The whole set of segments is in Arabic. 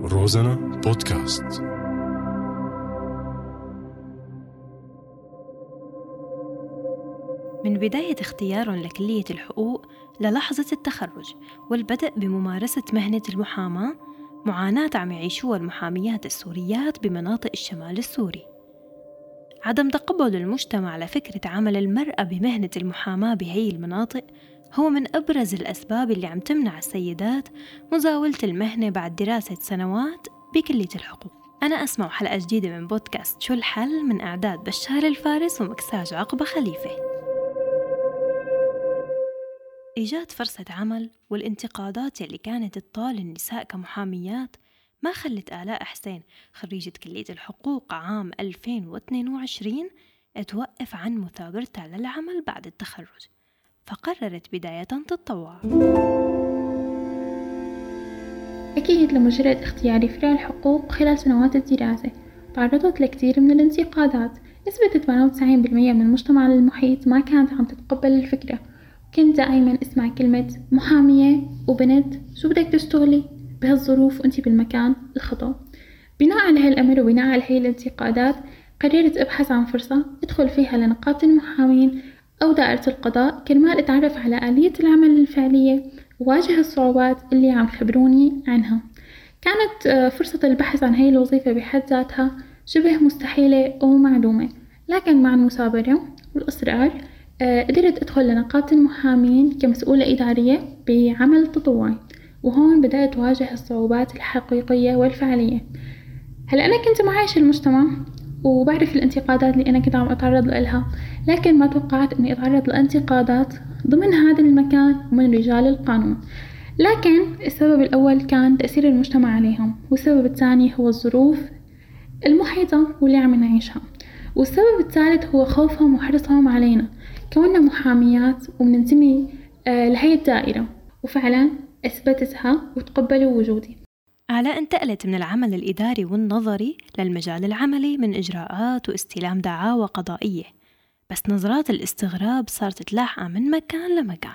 روزانا بودكاست. من بداية اختيارهم لكلية الحقوق للحظة التخرج والبدء بممارسة مهنة المحاماة، معاناة عم يعيشوها المحاميات السوريات بمناطق الشمال السوري. عدم تقبل المجتمع لفكرة عمل المرأة بمهنة المحاماة بهي المناطق هو من أبرز الأسباب اللي عم تمنع السيدات مزاولة المهنة بعد دراسة سنوات بكلية الحقوق. أنا أسمع حلقة جديدة من بودكاست شو الحل من إعداد بشار الفارس ومكساج عقبة خليفة. إيجاد فرصة عمل والانتقادات اللي كانت تطال النساء كمحاميات ما خلت آلاء حسين خريجة كلية الحقوق عام 2022 توقف عن مثابرتها للعمل بعد التخرج، فقررت بداية تتطوع. أكيد لما جريت اختياري فرع الحقوق خلال سنوات الدراسة تعرضت لكثير من الانتقادات. نسبة 98% من المجتمع المحيط ما كانت عم تتقبل الفكرة. كنت دائما اسمع كلمة محامية وبنت، شو بدك تشتغلي بهالظروف وانتي بالمكان الخطأ. بناء على هالأمر وبناء على هاي الانتقادات قررت أبحث عن فرصة أدخل فيها لنقابة المحامين أو دائرة القضاء كرمال أتعرف على آلية العمل الفعلية وواجه الصعوبات اللي عم خبروني عنها. كانت فرصة البحث عن هاي الوظيفة بحد ذاتها شبه مستحيلة أو معدومة، لكن مع المثابرة والإصرار قدرت أدخل لنقابة المحامين كمسؤولة إدارية بعمل تطوعي، وهون بدأت أواجه الصعوبات الحقيقية والفعلية. هلأ أنا كنت معايشة المجتمع وبعرف الانتقادات اللي أنا كنت عم أتعرض لها، لكن ما توقعت أني أتعرض لانتقادات ضمن هذا المكان ومن رجال القانون. لكن السبب الأول كان تأثير المجتمع عليهم، والسبب الثاني هو الظروف المحيطة واللي عم نعيشها، والسبب الثالث هو خوفهم وحرصهم علينا كوننا محاميات ومننتمي لهي الدائرة، وفعلا أثبتتها وتقبلوا وجودي. آلاء انتقلت من العمل الإداري والنظري للمجال العملي من إجراءات واستلام دعاوى قضائية، بس نظرات الاستغراب صارت تلاحقها من مكان لمكان.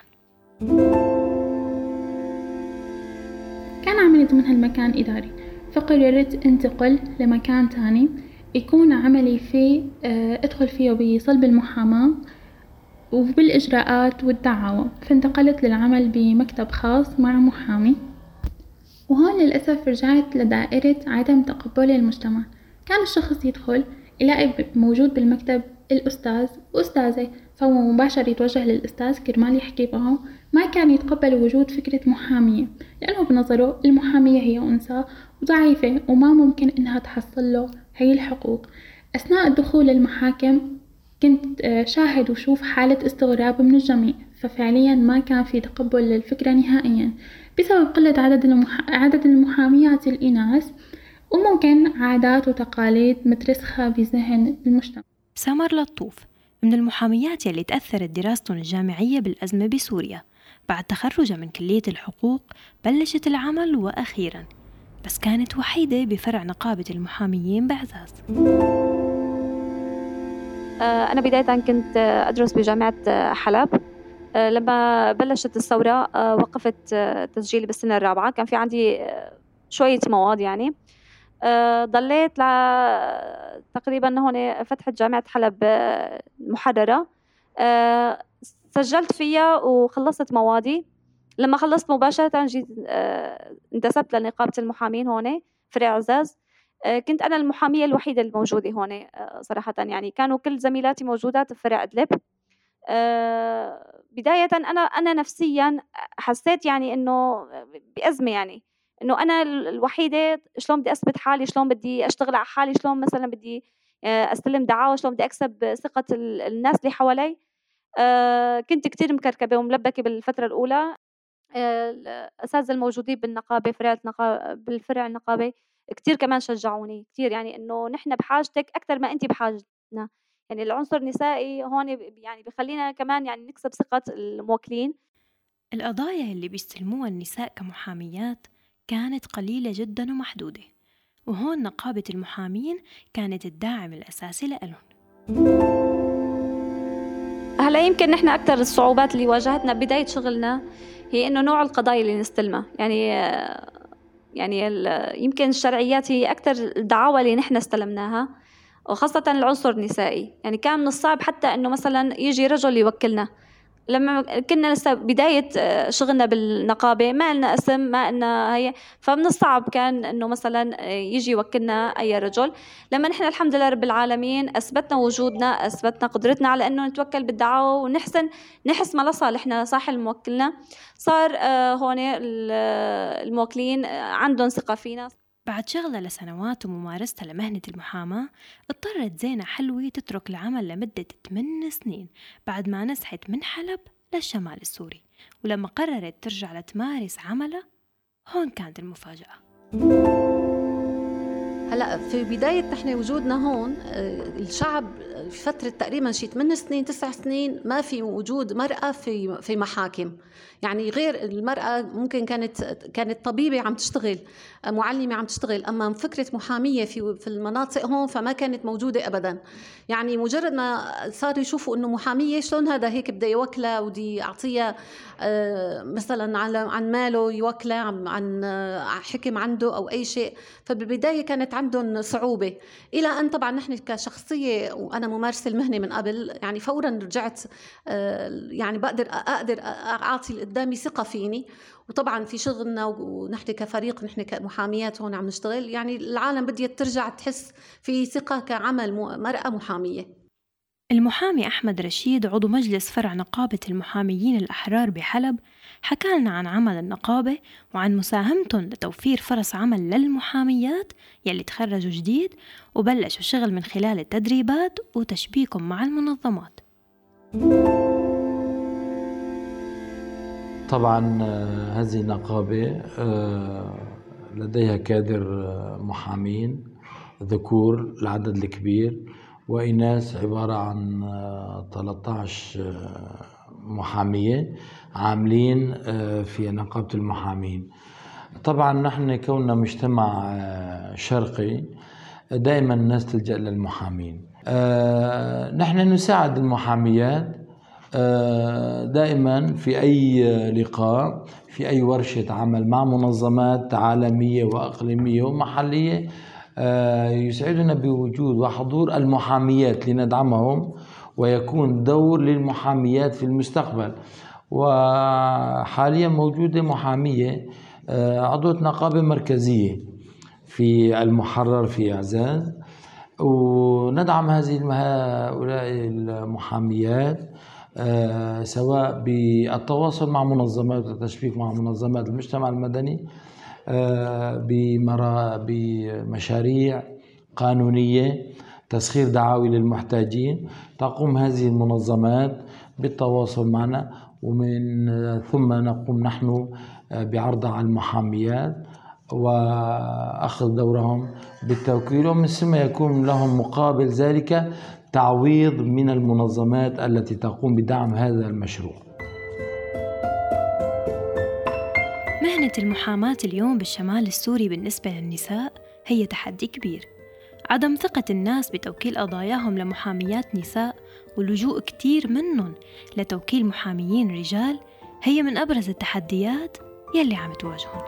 كان عملي ضمن هالمكان إداري، فقررت انتقل لمكان تاني يكون عملي فيه أدخل فيه بصلب المحاماة وبالإجراءات والدعاوى، فانتقلت للعمل بمكتب خاص مع محامي. وهون للأسف رجعت لدائرة عدم تقبل المجتمع. كان الشخص يدخل يلاقي موجود بالمكتب الأستاذ وأستاذة، فهو مباشر يتوجه للأستاذ كرمال يحكي معه. ما كان يتقبل وجود فكرة محامية، لأنه بنظره المحامية هي أنثى وضعيفة وما ممكن إنها تحصل له هي الحقوق. أثناء الدخول للمحاكم كنت شاهد وشوف حالة استغراب من الجميع، ففعليا ما كان في تقبل للفكرة نهائيا بسبب قلة عدد المحاميات الإناث، وممكن عادات وتقاليد مترسخة بذهن المجتمع. سمر لطوف من المحاميات يلي تأثرت دراستهم الجامعية بالأزمة بسوريا. بعد تخرجها من كلية الحقوق بلشت العمل وأخيرا، بس كانت وحيدة بفرع نقابة المحاميين بعزاز. أنا بداية كنت أدرس بجامعة حلب. لما بلشت الثورة وقفت تسجيلي بالسنة الرابعة. كان في عندي شوية مواد يعني. ضليت تقريبا هون فتحت جامعة حلب محررة. سجلت فيها وخلصت موادي. لما خلصت مباشرة جيت انتسبت لنقابة المحامين هون فرع عزاز. كنت أنا المحامية الوحيدة الموجودة هون صراحة، يعني كانوا كل زميلاتي موجودات في فرع إدلب. بداية أنا نفسيا حسيت يعني إنه بأزمة، يعني إنه أنا الوحيدة، شلون بدي أثبت حالي، شلون بدي أشتغل على حالي، شلون مثلا بدي أستلم دعاوى، شلون بدي أكسب ثقة الناس اللي حوالي. كنت كتير مكركبة وملبكة بالفترة الأولى. الأساتذة الموجودين بالنقابة بالفرع النقابة كتير كمان شجعوني كتير، يعني إنه نحن بحاجتك أكتر ما أنت بحاجتنا. يعني العنصر النسائي هون يعني بخلينا كمان يعني نكسب ثقة الموكلين. القضايا اللي بيستلموها النساء كمحاميات كانت قليلة جدا ومحدودة، وهون نقابة المحامين كانت الداعم الأساسي لهم. هلا يمكن نحن أكتر الصعوبات اللي واجهتنا بداية شغلنا هي إنه نوع القضايا اللي نستلمها. يعني يعني يمكن الشرعيات هي أكتر الدعاوى اللي نحن استلمناها، وخاصة العنصر النسائي. يعني كان من الصعب حتى إنه مثلا يجي رجل يوكلنا. لما كنا لسه بداية شغلنا بالنقابة ما لنا اسم، ما لنا هي، فمن الصعب كان إنه مثلا يجي يوكلنا أي رجل. لما نحن الحمد لله رب العالمين أثبتنا وجودنا، أثبتنا قدرتنا على إنه نتوكل بالدعوة ونحس ما لصالحنا صاحب الموكلنا، صار هون الموكلين عندهم ثقة فينا. بعد شغلة لسنوات وممارستها لمهنة المحاماة، اضطرت زينة حلوي تترك العمل لمدة 8 سنين بعد ما نزحت من حلب للشمال السوري. ولما قررت ترجع لتمارس عملها، هون كانت المفاجأة. هلأ في بداية نحن وجودنا هون الشعب فترة تقريبا شي 8 سنين 9 سنين ما في وجود مرأة في محاكم. يعني غير المرأة ممكن كانت طبيبة عم تشتغل، معلمة عم تشتغل، أما فكرة محامية في المناطق هون فما كانت موجودة أبدا. يعني مجرد ما صاروا يشوفوا إنه محامية شلون هذا هيك بدي يوكلها ودي أعطيها مثلا عن ماله يوكله، عن حكم عنده أو أي شيء، فبالبداية كانت عندهم صعوبة. إلى أن طبعا نحن كشخصية وأنا ممارسة المهنة من قبل، يعني فورا رجعت يعني أقدر أعطي اللي قدامي ثقة فيني. وطبعا في شغلنا ونحن كفريق، نحن كمحاميات هون عم نشتغل، يعني العالم بديت ترجع تحس في ثقة كعمل مرأة محامية. المحامي أحمد رشيد عضو مجلس فرع نقابة المحاميين الأحرار بحلب حكى لنا عن عمل النقابة وعن مساهمتهم لتوفير فرص عمل للمحاميات يلي تخرجوا جديد وبلشوا شغل من خلال التدريبات وتشبيكهم مع المنظمات. طبعا هذه النقابة لديها كادر محامين ذكور العدد الكبير وإناث عبارة عن 13 محامية عاملين في نقابة المحامين. طبعا نحن كوننا مجتمع شرقي دائما الناس تلجأ للمحامين. نحن نساعد المحاميات دائما في أي لقاء، في أي ورشة عمل مع منظمات عالمية وأقليمية ومحلية. يسعدنا بوجود وحضور المحاميات لندعمهم ويكون دور للمحاميات في المستقبل. وحاليا موجودة محامية عضوة نقابة مركزية في المحرر في إعزاز، وندعم هؤلاء المحاميات سواء بالتواصل مع منظمات والتشبيك مع منظمات المجتمع المدني بمشاريع قانونية، تسخير دعاوي للمحتاجين. تقوم هذه المنظمات بالتواصل معنا ومن ثم نقوم نحن بعرضها على المحاميات وأخذ دورهم بالتوكيل، ومن ثم يكون لهم مقابل ذلك تعويض من المنظمات التي تقوم بدعم هذا المشروع. مهنة المحاماة اليوم بالشمال السوري بالنسبة للنساء هي تحدي كبير. عدم ثقة الناس بتوكيل قضاياهم لمحاميات نساء ولجوء كتير منهم لتوكيل محاميين رجال هي من أبرز التحديات يلي عم تواجههم.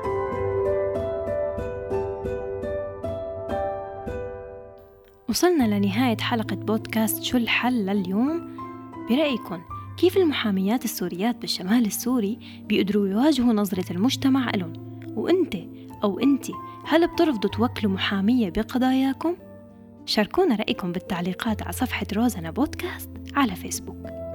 وصلنا لنهاية حلقة بودكاست شو الحل لليوم. برأيكم كيف المحاميات السوريات بالشمال السوري بيقدروا يواجهوا نظرة المجتمع لهم؟ وانت أو انتي هل بترفضوا توكلوا محامية بقضاياكم؟ شاركونا رأيكم بالتعليقات على صفحة روزانا بودكاست على فيسبوك.